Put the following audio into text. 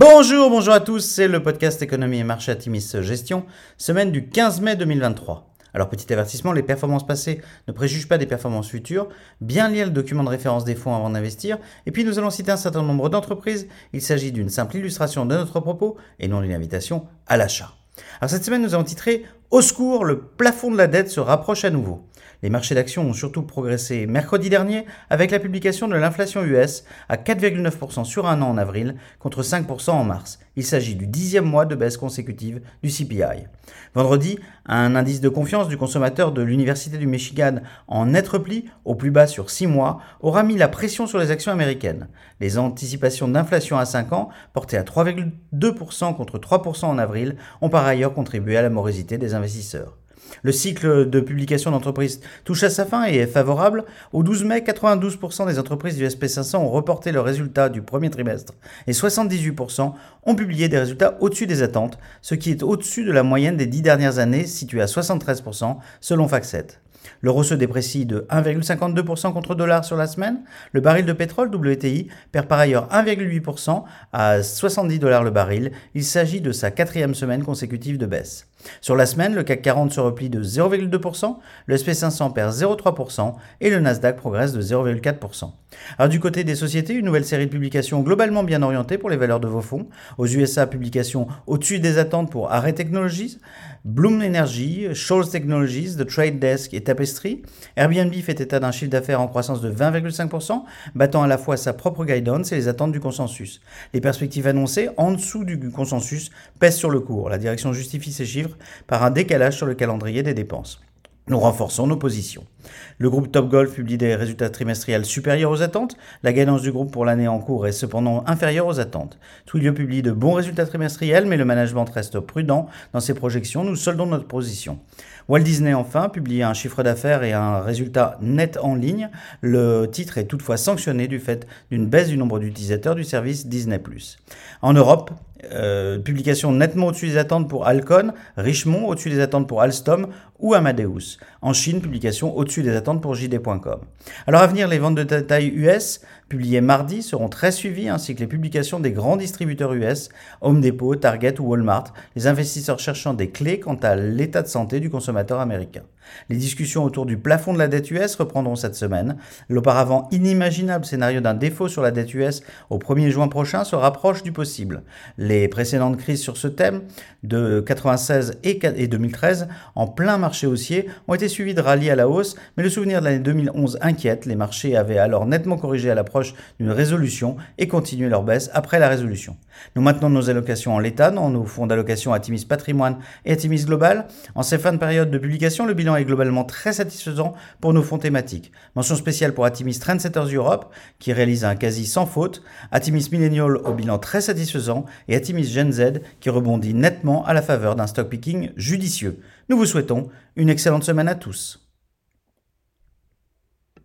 Bonjour à tous, c'est le podcast Économie et Marché Atimis Gestion, semaine du 15 mai 2023. Alors petit avertissement, les performances passées ne préjugent pas des performances futures, bien lire le document de référence des fonds avant d'investir, et puis nous allons citer un certain nombre d'entreprises, il s'agit d'une simple illustration de notre propos et non d'une invitation à l'achat. Alors cette semaine nous avons titré « Au secours, le plafond de la dette se rapproche à nouveau ». Les marchés d'actions ont surtout progressé mercredi dernier avec la publication de l'inflation US à 4,9% sur un an en avril contre 5% en mars. Il s'agit du 10e mois de baisse consécutive du CPI. Vendredi, un indice de confiance du consommateur de l'Université du Michigan en net repli, au plus bas sur 6 mois, aura mis la pression sur les actions américaines. Les anticipations d'inflation à 5 ans, portées à 3,2% contre 3% en avril, ont par ailleurs contribué à la morosité des investisseurs. Le cycle de publication d'entreprises touche à sa fin et est favorable. Au 12 mai, 92% des entreprises du SP500 ont reporté leurs résultats du premier trimestre et 78% ont publié des résultats au-dessus des attentes, ce qui est au-dessus de la moyenne des 10 dernières années, située à 73% selon FactSet. L'euro se déprécie de 1,52% contre dollar sur la semaine. Le baril de pétrole WTI perd par ailleurs 1,8% à 70 $ le baril. Il s'agit de sa 4e semaine consécutive de baisse. Sur la semaine, le CAC 40 se replie de 0,2%, le SP500 perd 0,3% et le Nasdaq progresse de 0,4%. Alors du côté des sociétés, une nouvelle série de publications globalement bien orientée pour les valeurs de vos fonds. Aux USA, publications au-dessus des attentes pour Array Technologies, Bloom Energy, Shoals Technologies, The Trade Desk et Tapestry. Airbnb fait état d'un chiffre d'affaires en croissance de 20,5%, battant à la fois sa propre guidance et les attentes du consensus. Les perspectives annoncées en dessous du consensus pèsent sur le cours. La direction justifie ces chiffres par un décalage sur le calendrier des dépenses. Nous renforçons nos positions. Le groupe Topgolf publie des résultats trimestriels supérieurs aux attentes. La guidance du groupe pour l'année en cours est cependant inférieure aux attentes. Twilio publie de bons résultats trimestriels, mais le management reste prudent dans ses projections. Nous soldons notre position. Walt Disney, enfin, publie un chiffre d'affaires et un résultat net en ligne. Le titre est toutefois sanctionné du fait d'une baisse du nombre d'utilisateurs du service Disney+. En Europe, publication nettement au-dessus des attentes pour Alcon, Richemont au-dessus des attentes pour Alstom ou Amadeus. En Chine, publication au-dessus des attentes pour JD.com. Alors à venir, les ventes de détail US publiées mardi seront très suivies, ainsi que les publications des grands distributeurs US, Home Depot, Target ou Walmart, les investisseurs cherchant des clés quant à l'état de santé du consommateur américain. Les discussions autour du plafond de la dette US reprendront cette semaine. L'auparavant inimaginable scénario d'un défaut sur la dette US au 1er juin prochain se rapproche du possible. Les précédentes crises sur ce thème, de 1996 et 2013, en plein marché haussier, ont été suivies de rallyes à la hausse, mais le souvenir de l'année 2011 inquiète. Les marchés avaient alors nettement corrigé à l'approche d'une résolution et continué leur baisse après la résolution. Nous maintenons nos allocations en l'état dans nos fonds d'allocation Atimis Patrimoine et Atimis Global. En ces fins de période de publication, le bilan est globalement très satisfaisant pour nos fonds thématiques. Mention spéciale pour Atimis Trendsetters Europe, qui réalise un quasi sans faute, Atimis Millennial au bilan très satisfaisant et Atimis Gen Z qui rebondit nettement à la faveur d'un stock picking judicieux. Nous vous souhaitons une excellente semaine à tous.